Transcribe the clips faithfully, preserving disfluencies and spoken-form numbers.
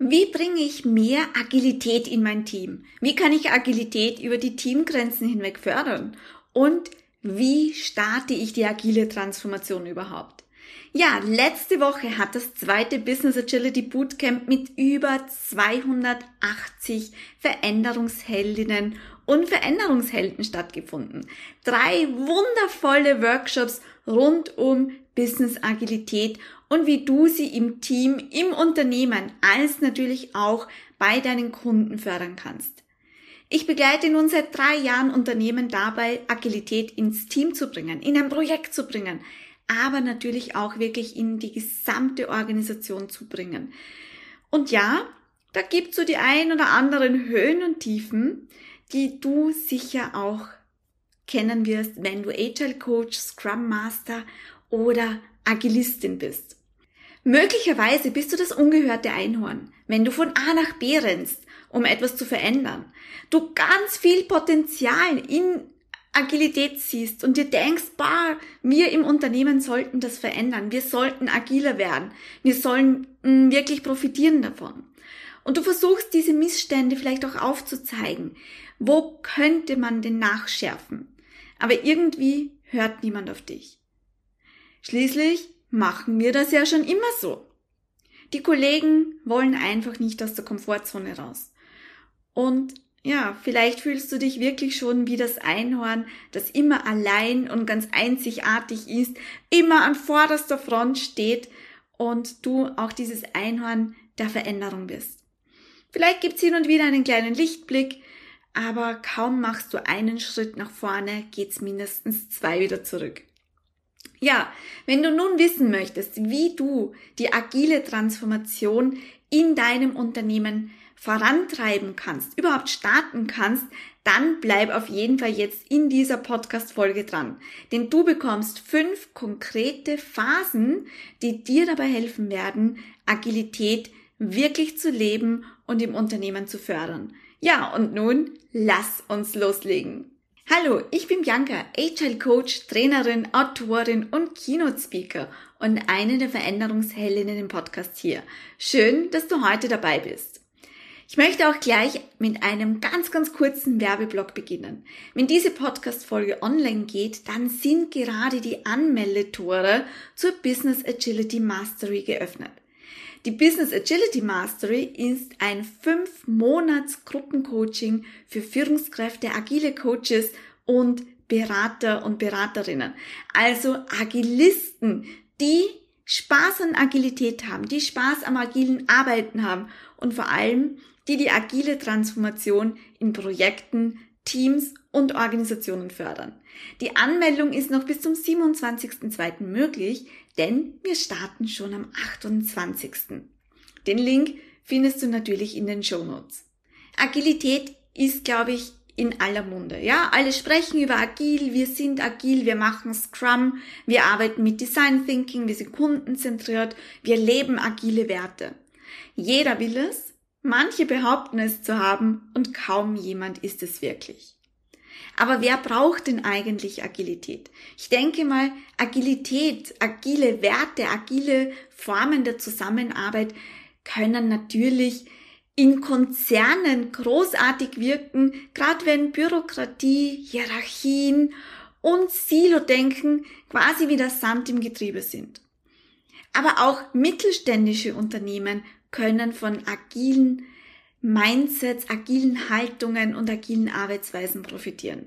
Wie bringe ich mehr Agilität in mein Team? Wie kann ich Agilität über die Teamgrenzen hinweg fördern? Und wie starte ich die agile Transformation überhaupt? Ja, letzte Woche hat das zweite Business Agility Bootcamp mit über zweihundertachtzig Veränderungsheldinnen und Veränderungshelden stattgefunden. Drei wundervolle Workshops rund um Business Agilität und wie du sie im Team, im Unternehmen, als natürlich auch bei deinen Kunden fördern kannst. Ich begleite nun seit drei Jahren Unternehmen dabei, Agilität ins Team zu bringen, in ein Projekt zu bringen, aber natürlich auch wirklich in die gesamte Organisation zu bringen. Und ja, da gibt's so die ein oder anderen Höhen und Tiefen, die du sicher auch kennen wirst, wenn du Agile Coach, Scrum Master oder Agilistin bist. Möglicherweise bist du das ungehörte Einhorn, wenn du von A nach B rennst, um etwas zu verändern. Du ganz viel Potenzial in Agilität siehst und dir denkst, bah, wir im Unternehmen sollten das verändern, wir sollten agiler werden, wir sollen mh, wirklich profitieren davon. Und du versuchst diese Missstände vielleicht auch aufzuzeigen. Wo könnte man denn nachschärfen? Aber irgendwie hört niemand auf dich. Schließlich machen wir das ja schon immer so. Die Kollegen wollen einfach nicht aus der Komfortzone raus. Und ja, vielleicht fühlst du dich wirklich schon wie das Einhorn, das immer allein und ganz einzigartig ist, immer an vorderster Front steht und du auch dieses Einhorn der Veränderung bist. Vielleicht gibt's hin und wieder einen kleinen Lichtblick, aber kaum machst du einen Schritt nach vorne, geht's mindestens zwei wieder zurück. Ja, wenn du nun wissen möchtest, wie du die agile Transformation in deinem Unternehmen vorantreiben kannst, überhaupt starten kannst, dann bleib auf jeden Fall jetzt in dieser Podcast-Folge dran. Denn du bekommst fünf konkrete Phasen, die dir dabei helfen werden, Agilität wirklich zu leben und im Unternehmen zu fördern. Ja, und nun lass uns loslegen. Hallo, ich bin Bianca, Agile Coach, Trainerin, Autorin und Keynote Speaker und eine der Veränderungsheldinnen im Podcast hier. Schön, dass du heute dabei bist. Ich möchte auch gleich mit einem ganz, ganz kurzen Werbeblock beginnen. Wenn diese Podcast-Folge online geht, dann sind gerade die Anmeldetore zur Business Agility Mastery geöffnet. Die Business Agility Mastery ist ein fünf Monats Gruppencoaching für Führungskräfte, agile Coaches und Berater und Beraterinnen. Also Agilisten, die Spaß an Agilität haben, die Spaß am agilen Arbeiten haben und vor allem die die agile Transformation in Projekten, Teams und Organisationen fördern. Die Anmeldung ist noch bis zum siebenundzwanzigsten zweiten möglich, denn wir starten schon am achtundzwanzigsten Den Link findest du natürlich in den Shownotes. Agilität ist, glaube ich, in aller Munde. Ja, alle sprechen über agil, wir sind agil, wir machen Scrum, wir arbeiten mit Design Thinking, wir sind kundenzentriert, wir leben agile Werte. Jeder will es, manche behaupten es zu haben und kaum jemand ist es wirklich. Aber wer braucht denn eigentlich Agilität? Ich denke mal, Agilität, agile Werte, agile Formen der Zusammenarbeit können natürlich in Konzernen großartig wirken, gerade wenn Bürokratie, Hierarchien und Silo-Denken quasi wie der Sand im Getriebe sind. Aber auch mittelständische Unternehmen können von agilen Mindsets, agilen Haltungen und agilen Arbeitsweisen profitieren.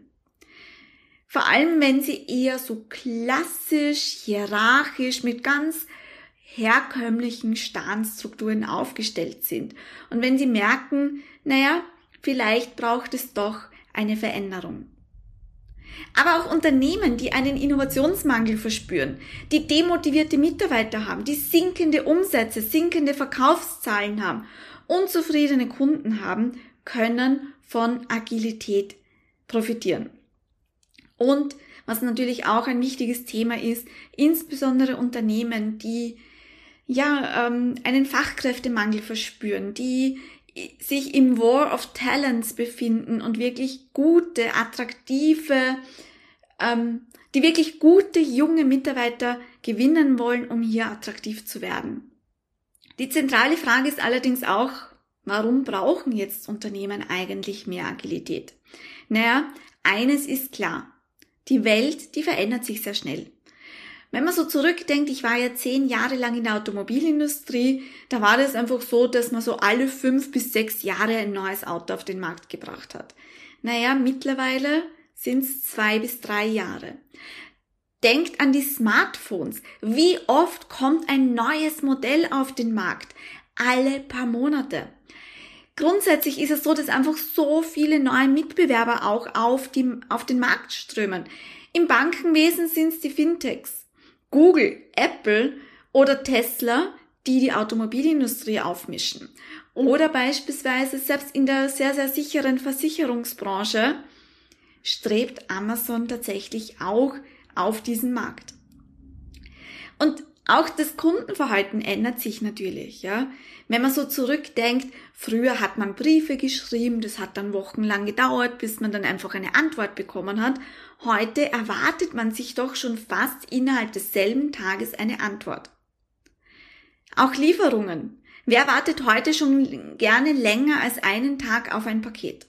Vor allem, wenn sie eher so klassisch, hierarchisch mit ganz herkömmlichen starren Strukturen aufgestellt sind. Und wenn sie merken, naja, vielleicht braucht es doch eine Veränderung. Aber auch Unternehmen, die einen Innovationsmangel verspüren, die demotivierte Mitarbeiter haben, die sinkende Umsätze, sinkende Verkaufszahlen haben, unzufriedene Kunden haben, können von Agilität profitieren. Und was natürlich auch ein wichtiges Thema ist, insbesondere Unternehmen, die ja ähm, einen Fachkräftemangel verspüren, die sich im War of Talents befinden und wirklich gute, attraktive, ähm, die wirklich gute junge Mitarbeiter gewinnen wollen, um hier attraktiv zu werden. Die zentrale Frage ist allerdings auch, warum brauchen jetzt Unternehmen eigentlich mehr Agilität? Naja, eines ist klar. Die Welt, die verändert sich sehr schnell. Wenn man so zurückdenkt, ich war ja zehn Jahre lang in der Automobilindustrie, da war das einfach so, dass man so alle fünf bis sechs Jahre ein neues Auto auf den Markt gebracht hat. Naja, mittlerweile sind es zwei bis drei Jahre. Denkt an die Smartphones. Wie oft kommt ein neues Modell auf den Markt? Alle paar Monate. Grundsätzlich ist es so, dass einfach so viele neue Mitbewerber auch auf, die, auf den Markt strömen. Im Bankenwesen sind es die Fintechs. Google, Apple oder Tesla, die die Automobilindustrie aufmischen. Oder beispielsweise selbst in der sehr, sehr sicheren Versicherungsbranche strebt Amazon tatsächlich auch auf diesen Markt. Und auch das Kundenverhalten ändert sich natürlich, ja. Wenn man so zurückdenkt, früher hat man Briefe geschrieben, das hat dann wochenlang gedauert, bis man dann einfach eine Antwort bekommen hat. Heute erwartet man sich doch schon fast innerhalb desselben Tages eine Antwort. Auch Lieferungen. Wer wartet heute schon gerne länger als einen Tag auf ein Paket?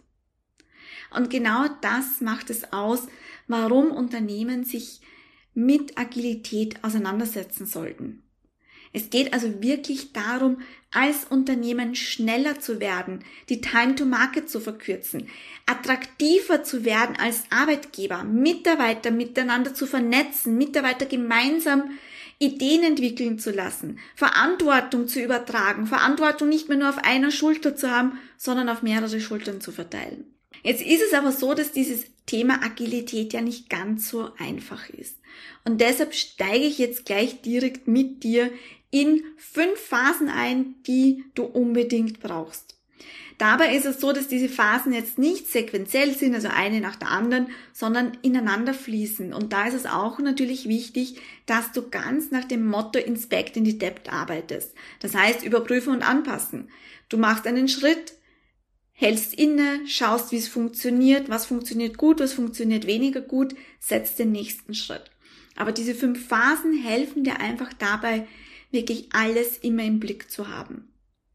Und genau das macht es aus, warum Unternehmen sich mit Agilität auseinandersetzen sollten. Es geht also wirklich darum, als Unternehmen schneller zu werden, die Time to Market zu verkürzen, attraktiver zu werden als Arbeitgeber, Mitarbeiter miteinander zu vernetzen, Mitarbeiter gemeinsam Ideen entwickeln zu lassen, Verantwortung zu übertragen, Verantwortung nicht mehr nur auf einer Schulter zu haben, sondern auf mehrere Schultern zu verteilen. Jetzt ist es aber so, dass dieses Thema Agilität ja nicht ganz so einfach ist. Und deshalb steige ich jetzt gleich direkt mit dir in fünf Phasen ein, die du unbedingt brauchst. Dabei ist es so, dass diese Phasen jetzt nicht sequenziell sind, also eine nach der anderen, sondern ineinander fließen. Und da ist es auch natürlich wichtig, dass du ganz nach dem Motto Inspect and Adapt arbeitest. Das heißt, überprüfen und anpassen. Du machst einen Schritt, hältst inne, schaust, wie es funktioniert, was funktioniert gut, was funktioniert weniger gut, setzt den nächsten Schritt. Aber diese fünf Phasen helfen dir einfach dabei, wirklich alles immer im Blick zu haben.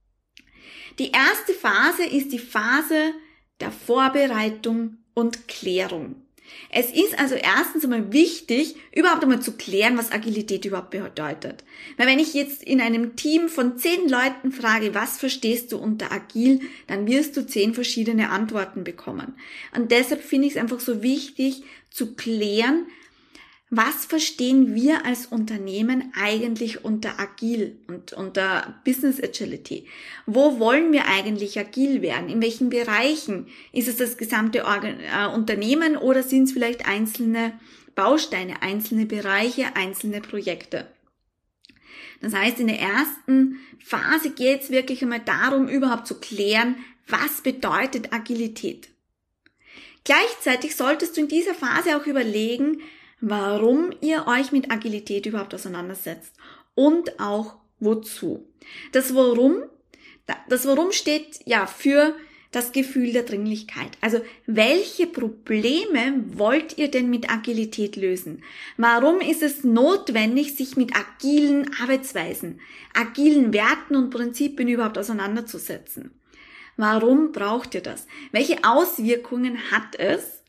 Die erste Phase ist die Phase der Vorbereitung und Klärung. Es ist also erstens einmal wichtig, überhaupt einmal zu klären, was Agilität überhaupt bedeutet. Weil wenn ich jetzt in einem Team von zehn Leuten frage, was verstehst du unter agil, dann wirst du zehn verschiedene Antworten bekommen. Und deshalb finde ich es einfach so wichtig zu klären, was verstehen wir als Unternehmen eigentlich unter agil und unter Business Agility? Wo wollen wir eigentlich agil werden? In welchen Bereichen? Ist es das gesamte Organ- äh, Unternehmen oder sind es vielleicht einzelne Bausteine, einzelne Bereiche, einzelne Projekte? Das heißt, in der ersten Phase geht es wirklich einmal darum, überhaupt zu klären, was bedeutet Agilität? Gleichzeitig solltest du in dieser Phase auch überlegen, warum ihr euch mit Agilität überhaupt auseinandersetzt und auch wozu. Das Warum, das Warum steht ja für das Gefühl der Dringlichkeit. Also welche Probleme wollt ihr denn mit Agilität lösen? Warum ist es notwendig, sich mit agilen Arbeitsweisen, agilen Werten und Prinzipien überhaupt auseinanderzusetzen? Warum braucht ihr das? Welche Auswirkungen hat es,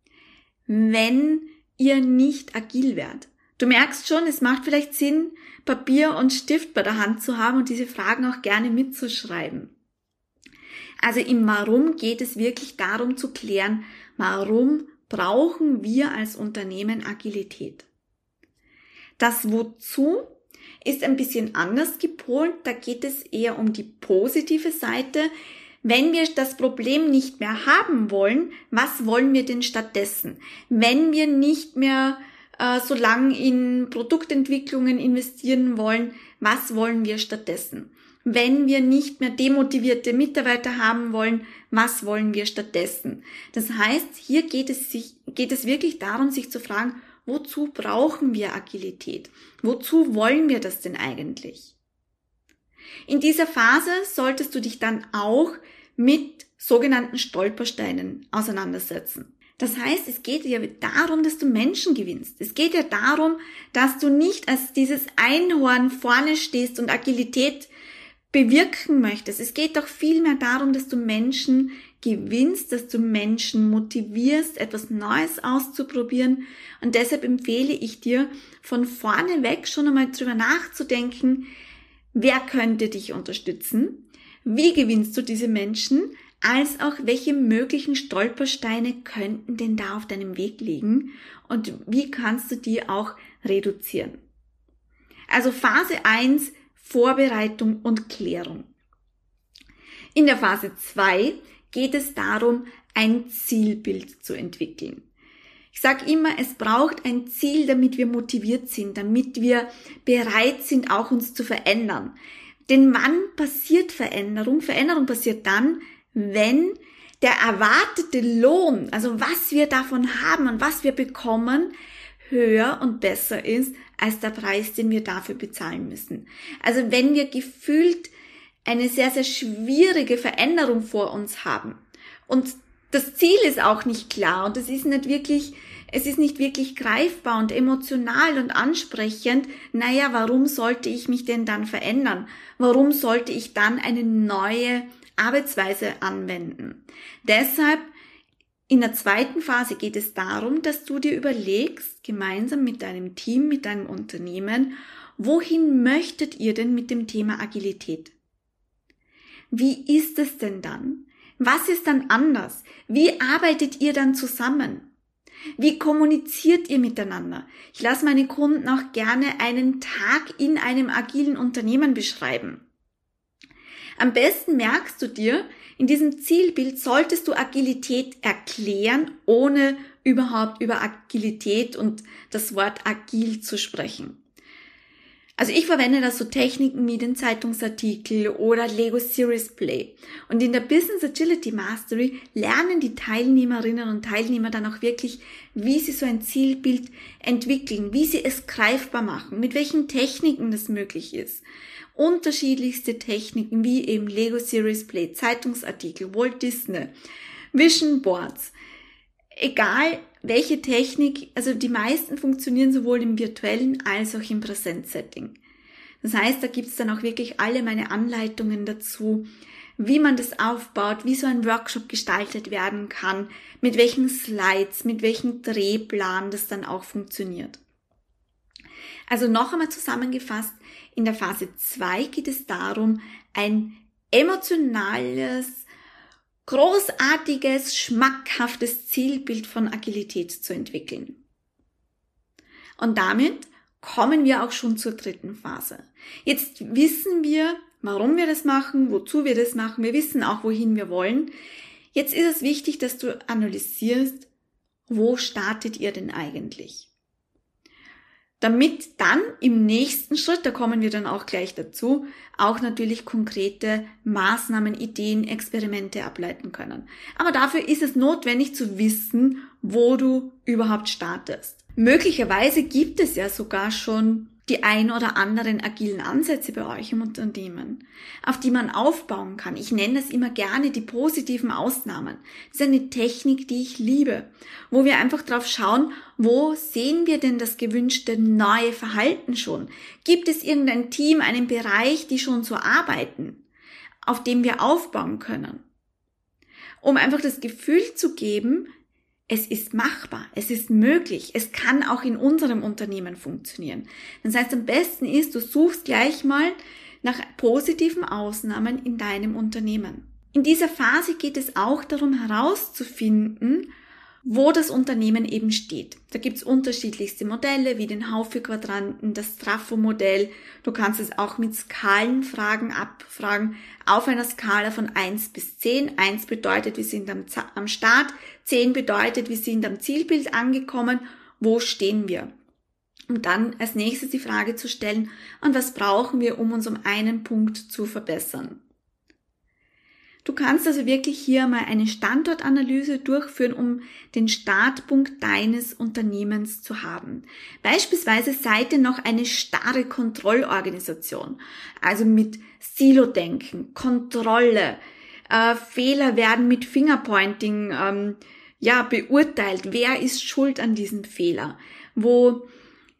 wenn ihr nicht agil werdet? Du merkst schon, es macht vielleicht Sinn, Papier und Stift bei der Hand zu haben und diese Fragen auch gerne mitzuschreiben. Also im Warum geht es wirklich darum zu klären, warum brauchen wir als Unternehmen Agilität? Das Wozu ist ein bisschen anders gepolt, da geht es eher um die positive Seite. Wenn wir das Problem nicht mehr haben wollen, was wollen wir denn stattdessen? Wenn wir nicht mehr äh, so lang in Produktentwicklungen investieren wollen, was wollen wir stattdessen? Wenn wir nicht mehr demotivierte Mitarbeiter haben wollen, was wollen wir stattdessen? Das heißt, hier geht es, sich, geht es wirklich darum, sich zu fragen, wozu brauchen wir Agilität? Wozu wollen wir das denn eigentlich? In dieser Phase solltest du dich dann auch mit sogenannten Stolpersteinen auseinandersetzen. Das heißt, es geht ja darum, dass du Menschen gewinnst. Es geht ja darum, dass du nicht als dieses Einhorn vorne stehst und Agilität bewirken möchtest. Es geht doch vielmehr darum, dass du Menschen gewinnst, dass du Menschen motivierst, etwas Neues auszuprobieren. Und deshalb empfehle ich dir, von vorne weg schon einmal drüber nachzudenken, wer könnte dich unterstützen, wie gewinnst du diese Menschen, als auch welche möglichen Stolpersteine könnten denn da auf deinem Weg liegen und wie kannst du die auch reduzieren. Also Phase eins, Vorbereitung und Klärung. In der Phase zwei geht es darum, ein Zielbild zu entwickeln. Ich sage immer, es braucht ein Ziel, damit wir motiviert sind, damit wir bereit sind, auch uns zu verändern. Denn wann passiert Veränderung? Veränderung passiert dann, wenn der erwartete Lohn, also was wir davon haben und was wir bekommen, höher und besser ist als der Preis, den wir dafür bezahlen müssen. Also wenn wir gefühlt eine sehr, sehr schwierige Veränderung vor uns haben und das Ziel ist auch nicht klar und es ist nicht wirklich, es ist nicht wirklich greifbar und emotional und ansprechend, naja, warum sollte ich mich denn dann verändern? Warum sollte ich dann eine neue Arbeitsweise anwenden? Deshalb in der zweiten Phase geht es darum, dass du dir überlegst, gemeinsam mit deinem Team, mit deinem Unternehmen, wohin möchtet ihr denn mit dem Thema Agilität? Wie ist es denn dann? Was ist dann anders? Wie arbeitet ihr dann zusammen? Wie kommuniziert ihr miteinander? Ich lasse meine Kunden auch gerne einen Tag in einem agilen Unternehmen beschreiben. Am besten merkst du dir, in diesem Zielbild solltest du Agilität erklären, ohne überhaupt über Agilität und das Wort agil zu sprechen. Also ich verwende da so Techniken wie den Zeitungsartikel oder Lego Series Play. Und in der Business Agility Mastery lernen die Teilnehmerinnen und Teilnehmer dann auch wirklich, wie sie so ein Zielbild entwickeln, wie sie es greifbar machen, mit welchen Techniken das möglich ist. Unterschiedlichste Techniken wie eben Lego Series Play, Zeitungsartikel, Walt Disney, Vision Boards. Egal welche Technik, also die meisten funktionieren sowohl im virtuellen als auch im Präsenzsetting. Das heißt, da gibt's dann auch wirklich alle meine Anleitungen dazu, wie man das aufbaut, wie so ein Workshop gestaltet werden kann, mit welchen Slides, mit welchem Drehplan das dann auch funktioniert. Also noch einmal zusammengefasst, in der Phase zwei geht es darum, ein emotionales, großartiges, schmackhaftes Zielbild von Agilität zu entwickeln. Und damit kommen wir auch schon zur dritten Phase. Jetzt wissen wir, warum wir das machen, wozu wir das machen. Wir wissen auch, wohin wir wollen. Jetzt ist es wichtig, dass du analysierst, wo startet ihr denn eigentlich? Damit dann im nächsten Schritt, da kommen wir dann auch gleich dazu, auch natürlich konkrete Maßnahmen, Ideen, Experimente ableiten können. Aber dafür ist es notwendig zu wissen, wo du überhaupt startest. Möglicherweise gibt es ja sogar schon die ein oder anderen agilen Ansätze bei euch im Unternehmen, auf die man aufbauen kann. Ich nenne das immer gerne die positiven Ausnahmen. Das ist eine Technik, die ich liebe, wo wir einfach drauf schauen, wo sehen wir denn das gewünschte neue Verhalten schon? Gibt es irgendein Team, einen Bereich, die schon so arbeiten, auf dem wir aufbauen können? Um einfach das Gefühl zu geben, es ist machbar, es ist möglich, es kann auch in unserem Unternehmen funktionieren. Das heißt, am besten ist, du suchst gleich mal nach positiven Ausnahmen in deinem Unternehmen. In dieser Phase geht es auch darum herauszufinden, wo das Unternehmen eben steht. Da gibt's unterschiedlichste Modelle, wie den Haufe-Quadranten, das Trafo-Modell. Du kannst es auch mit Skalenfragen abfragen, auf einer Skala von eins bis zehn. eins bedeutet, wir sind am, am Start, zehn bedeutet, wir sind am Zielbild angekommen. Wo stehen wir? Und dann als nächstes die Frage zu stellen, und was brauchen wir, um uns um einen Punkt zu verbessern? Du kannst also wirklich hier mal eine Standortanalyse durchführen, um den Startpunkt deines Unternehmens zu haben. Beispielsweise seid ihr noch eine starre Kontrollorganisation, also mit Silo-Denken, Kontrolle, äh, Fehler werden mit Fingerpointing ähm, ja beurteilt. Wer ist schuld an diesem Fehler? Wo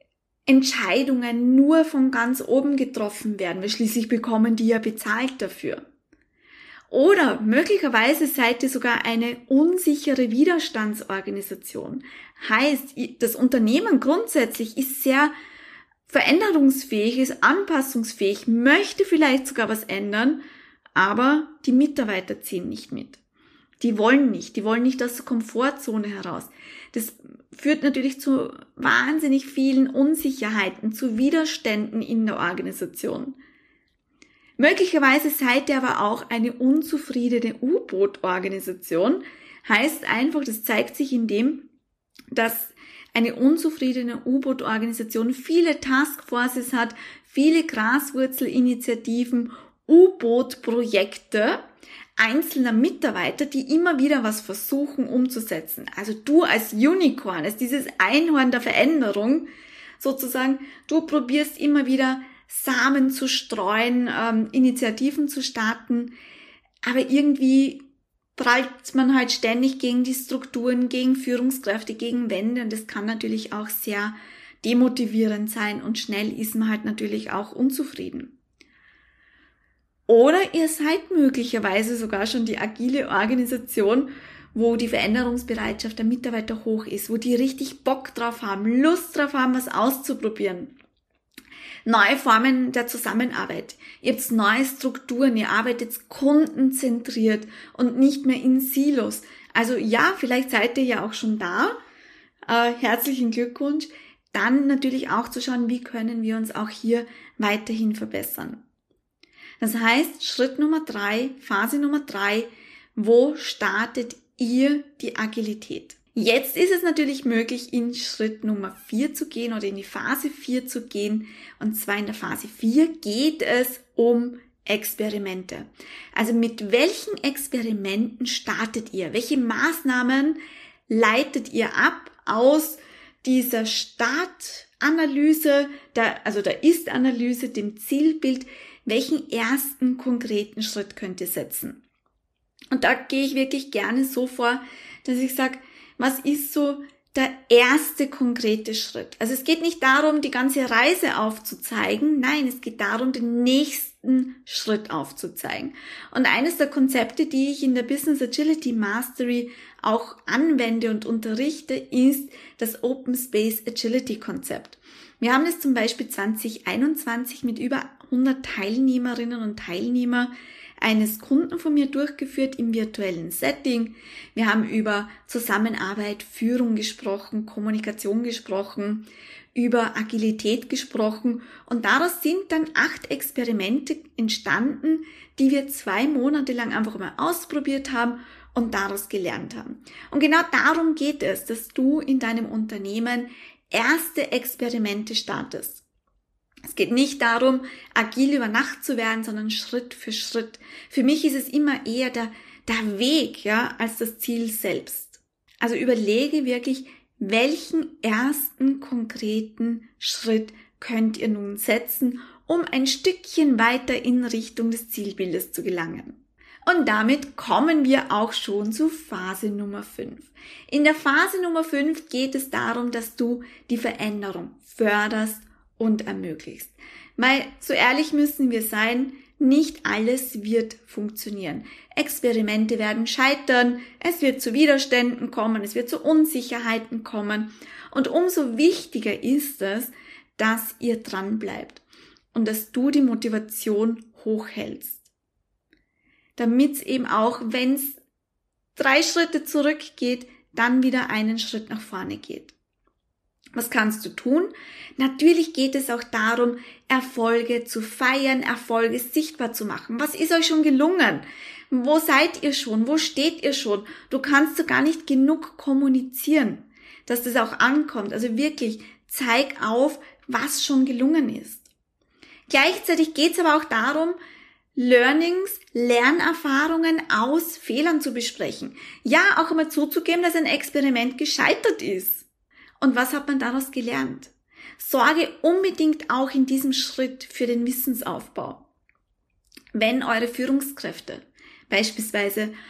Entscheidungen nur von ganz oben getroffen werden, weil schließlich bekommen die ja bezahlt dafür. Oder möglicherweise seid ihr sogar eine unsichere Widerstandsorganisation. Heißt, das Unternehmen grundsätzlich ist sehr veränderungsfähig, ist anpassungsfähig, möchte vielleicht sogar was ändern, aber die Mitarbeiter ziehen nicht mit. Die wollen nicht, die wollen nicht aus der Komfortzone heraus. Das führt natürlich zu wahnsinnig vielen Unsicherheiten, zu Widerständen in der Organisation. Möglicherweise seid ihr aber auch eine unzufriedene U-Boot-Organisation. Heißt einfach, das zeigt sich in dem, dass eine unzufriedene U-Boot-Organisation viele Taskforces hat, viele Graswurzelinitiativen, U-Boot-Projekte einzelner Mitarbeiter, die immer wieder was versuchen umzusetzen. Also du als Unicorn, als dieses Einhorn der Veränderung, sozusagen, du probierst immer wieder Samen zu streuen, ähm, Initiativen zu starten, aber irgendwie prallt man halt ständig gegen die Strukturen, gegen Führungskräfte, gegen Wände und das kann natürlich auch sehr demotivierend sein und schnell ist man halt natürlich auch unzufrieden. Oder ihr seid möglicherweise sogar schon die agile Organisation, wo die Veränderungsbereitschaft der Mitarbeiter hoch ist, wo die richtig Bock drauf haben, Lust drauf haben, was auszuprobieren. Neue Formen der Zusammenarbeit. Ihr habt neue Strukturen, ihr arbeitet kundenzentriert und nicht mehr in Silos. Also ja, vielleicht seid ihr ja auch schon da. Äh, herzlichen Glückwunsch. Dann natürlich auch zu schauen, wie können wir uns auch hier weiterhin verbessern. Das heißt, Schritt Nummer drei, Phase Nummer drei, wo startet ihr die Agilität? Jetzt ist es natürlich möglich, in Schritt Nummer vier zu gehen oder in die Phase vier zu gehen. Und zwar in der Phase vier geht es um Experimente. Also mit welchen Experimenten startet ihr? Welche Maßnahmen leitet ihr ab aus dieser Startanalyse, der, also der Ist-Analyse, dem Zielbild? Welchen ersten konkreten Schritt könnt ihr setzen? Und da gehe ich wirklich gerne so vor, dass ich sage, was ist so der erste konkrete Schritt? Also es geht nicht darum, die ganze Reise aufzuzeigen. Nein, es geht darum, den nächsten Schritt aufzuzeigen. Und eines der Konzepte, die ich in der Business Agility Mastery auch anwende und unterrichte, ist das Open Space Agility Konzept. Wir haben es zum Beispiel zwanzig einundzwanzig mit über hundert Teilnehmerinnen und Teilnehmern eines Kunden von mir durchgeführt im virtuellen Setting. Wir haben über Zusammenarbeit, Führung gesprochen, Kommunikation gesprochen, über Agilität gesprochen und daraus sind dann acht Experimente entstanden, die wir zwei Monate lang einfach mal ausprobiert haben und daraus gelernt haben. Und genau darum geht es, dass du in deinem Unternehmen erste Experimente startest. Es geht nicht darum, agil über Nacht zu werden, sondern Schritt für Schritt. Für mich ist es immer eher der, der Weg, ja, als das Ziel selbst. Also überlege wirklich, welchen ersten konkreten Schritt könnt ihr nun setzen, um ein Stückchen weiter in Richtung des Zielbildes zu gelangen. Und damit kommen wir auch schon zu Phase Nummer fünf. In der Phase Nummer fünf geht es darum, dass du die Veränderung förderst und ermöglichst. Weil, so ehrlich müssen wir sein, nicht alles wird funktionieren. Experimente werden scheitern, es wird zu Widerständen kommen, es wird zu Unsicherheiten kommen. Und umso wichtiger ist es, dass ihr dran bleibt und dass du die Motivation hochhältst. Damit es eben auch, wenn es drei Schritte zurückgeht, dann wieder einen Schritt nach vorne geht. Was kannst du tun? Natürlich geht es auch darum, Erfolge zu feiern, Erfolge sichtbar zu machen. Was ist euch schon gelungen? Wo seid ihr schon? Wo steht ihr schon? Du kannst so gar nicht genug kommunizieren, dass das auch ankommt. Also wirklich, zeig auf, was schon gelungen ist. Gleichzeitig geht es aber auch darum, Learnings, Lernerfahrungen aus Fehlern zu besprechen. Ja, auch einmal zuzugeben, dass ein Experiment gescheitert ist. Und was hat man daraus gelernt? Sorge unbedingt auch in diesem Schritt für den Wissensaufbau. Wenn eure Führungskräfte beispielsweise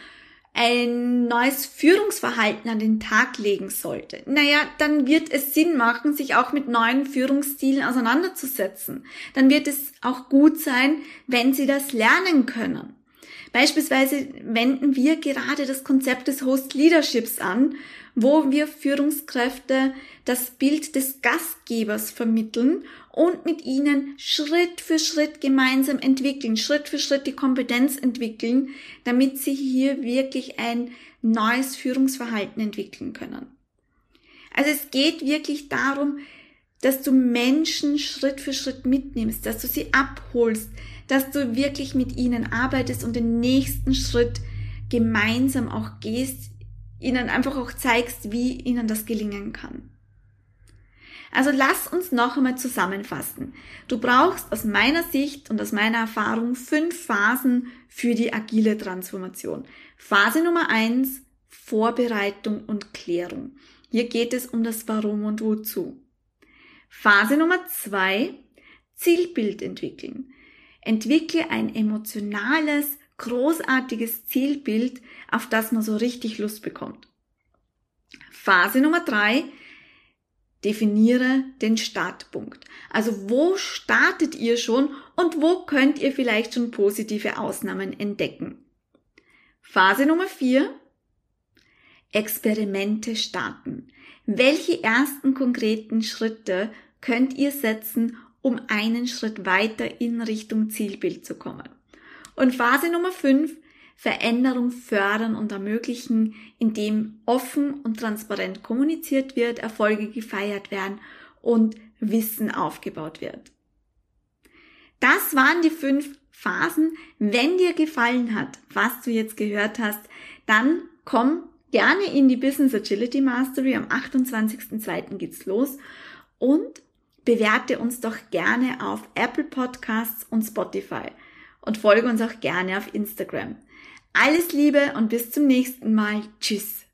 ein neues Führungsverhalten an den Tag legen sollte, naja, dann wird es Sinn machen, sich auch mit neuen Führungsstilen auseinanderzusetzen. Dann wird es auch gut sein, wenn Sie das lernen können. Beispielsweise wenden wir gerade das Konzept des Host Leaderships an, wo wir Führungskräfte das Bild des Gastgebers vermitteln und mit ihnen Schritt für Schritt gemeinsam entwickeln, Schritt für Schritt die Kompetenz entwickeln, damit sie hier wirklich ein neues Führungsverhalten entwickeln können. Also es geht wirklich darum, dass du Menschen Schritt für Schritt mitnimmst, dass du sie abholst, dass du wirklich mit ihnen arbeitest und den nächsten Schritt gemeinsam auch gehst, ihnen einfach auch zeigst, wie ihnen das gelingen kann. Also lass uns noch einmal zusammenfassen. Du brauchst aus meiner Sicht und aus meiner Erfahrung fünf Phasen für die agile Transformation. Phase Nummer eins, Vorbereitung und Klärung. Hier geht es um das Warum und Wozu. Phase Nummer zwei, Zielbild entwickeln. Entwickle ein emotionales, großartiges Zielbild, auf das man so richtig Lust bekommt. Phase Nummer drei, definiere den Startpunkt. Also wo startet ihr schon und wo könnt ihr vielleicht schon positive Ausnahmen entdecken? Phase Nummer vier, Experimente starten. Welche ersten konkreten Schritte könnt ihr setzen, um einen Schritt weiter in Richtung Zielbild zu kommen? Und Phase Nummer fünf, Veränderung fördern und ermöglichen, indem offen und transparent kommuniziert wird, Erfolge gefeiert werden und Wissen aufgebaut wird. Das waren die fünf Phasen. Wenn dir gefallen hat, was du jetzt gehört hast, dann komm gerne in die Business Agility Mastery. Am achtundzwanzigsten zweiten geht's los und bewerte uns doch gerne auf Apple Podcasts und Spotify und folge uns auch gerne auf Instagram. Alles Liebe und bis zum nächsten Mal. Tschüss.